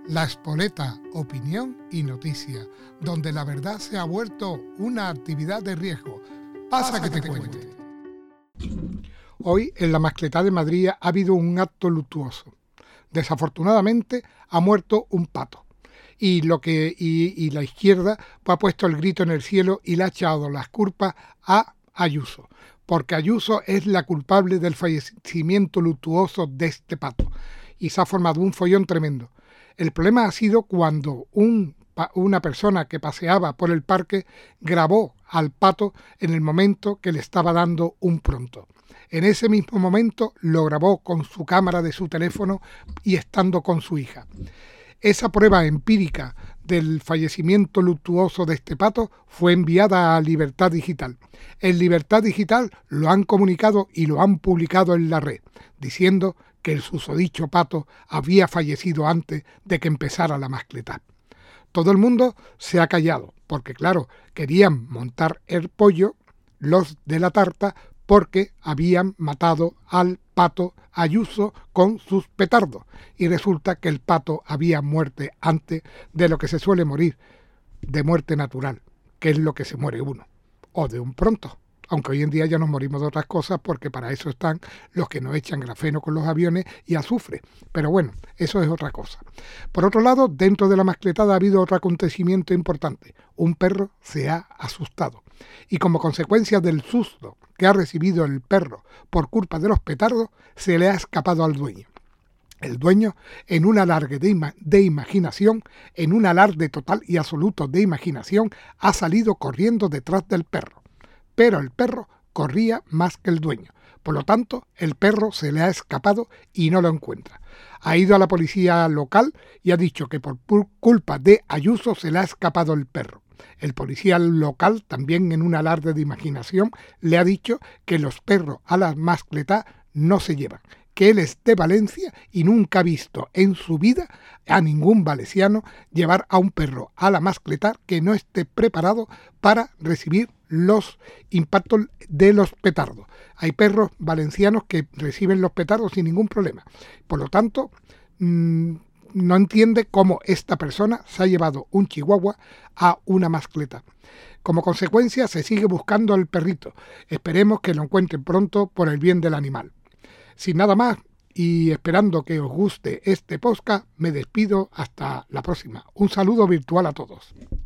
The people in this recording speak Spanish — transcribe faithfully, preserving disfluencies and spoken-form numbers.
La Espoleta, opinión y noticia, donde la verdad se ha vuelto una actividad de riesgo. Pasa, Pasa que, que te, te cuente. cuente. Hoy en la Mascletá de Madrid ha habido un acto luctuoso. Desafortunadamente ha muerto un pato. Y, lo que, y, y la izquierda pues, ha puesto el grito en el cielo y le ha echado las culpas a Ayuso, porque Ayuso es la culpable del fallecimiento luctuoso de este pato. Y se ha formado un follón tremendo. El problema ha sido cuando un, una persona que paseaba por el parque grabó al pato en el momento que le estaba dando un pronto. En ese mismo momento lo grabó con su cámara de su teléfono y estando con su hija. Esa prueba empírica del fallecimiento luctuoso de este pato fue enviada a Libertad Digital. En Libertad Digital lo han comunicado y lo han publicado en la red, diciendo que el susodicho pato había fallecido antes de que empezara la mascletá. Todo el mundo se ha callado, porque claro, querían montar el pollo los de la tarta porque habían matado al pato Ayuso con sus petardos. Y resulta que el pato había muerto antes de lo que se suele morir, de muerte natural, que es lo que se muere uno, o de un pronto. Aunque hoy en día ya nos morimos de otras cosas porque para eso están los que nos echan grafeno con los aviones y azufre. Pero bueno, eso es otra cosa. Por otro lado, dentro de la mascletada ha habido otro acontecimiento importante. Un perro se ha asustado. Y como consecuencia del susto que ha recibido el perro por culpa de los petardos, se le ha escapado al dueño. El dueño, en un alarde de, ima- de imaginación, en un alarde total y absoluto de imaginación, ha salido corriendo detrás del perro. Pero el perro corría más que el dueño. Por lo tanto, el perro se le ha escapado y no lo encuentra. Ha ido a la policía local y ha dicho que por culpa de Ayuso se le ha escapado el perro. El policía local, también en un alarde de imaginación, le ha dicho que los perros a la mascletá no se llevan, que él es de Valencia y nunca ha visto en su vida a ningún valenciano llevar a un perro a la mascletá que no esté preparado para recibir los impactos de los petardos. Hay perros valencianos que reciben los petardos sin ningún problema. Por lo tanto, mmm, no entiende cómo esta persona se ha llevado un chihuahua a una mascletá. Como consecuencia, se sigue buscando al perrito. Esperemos que lo encuentren pronto por el bien del animal. Sin nada más y esperando que os guste este podcast, me despido hasta la próxima. Un saludo virtual a todos.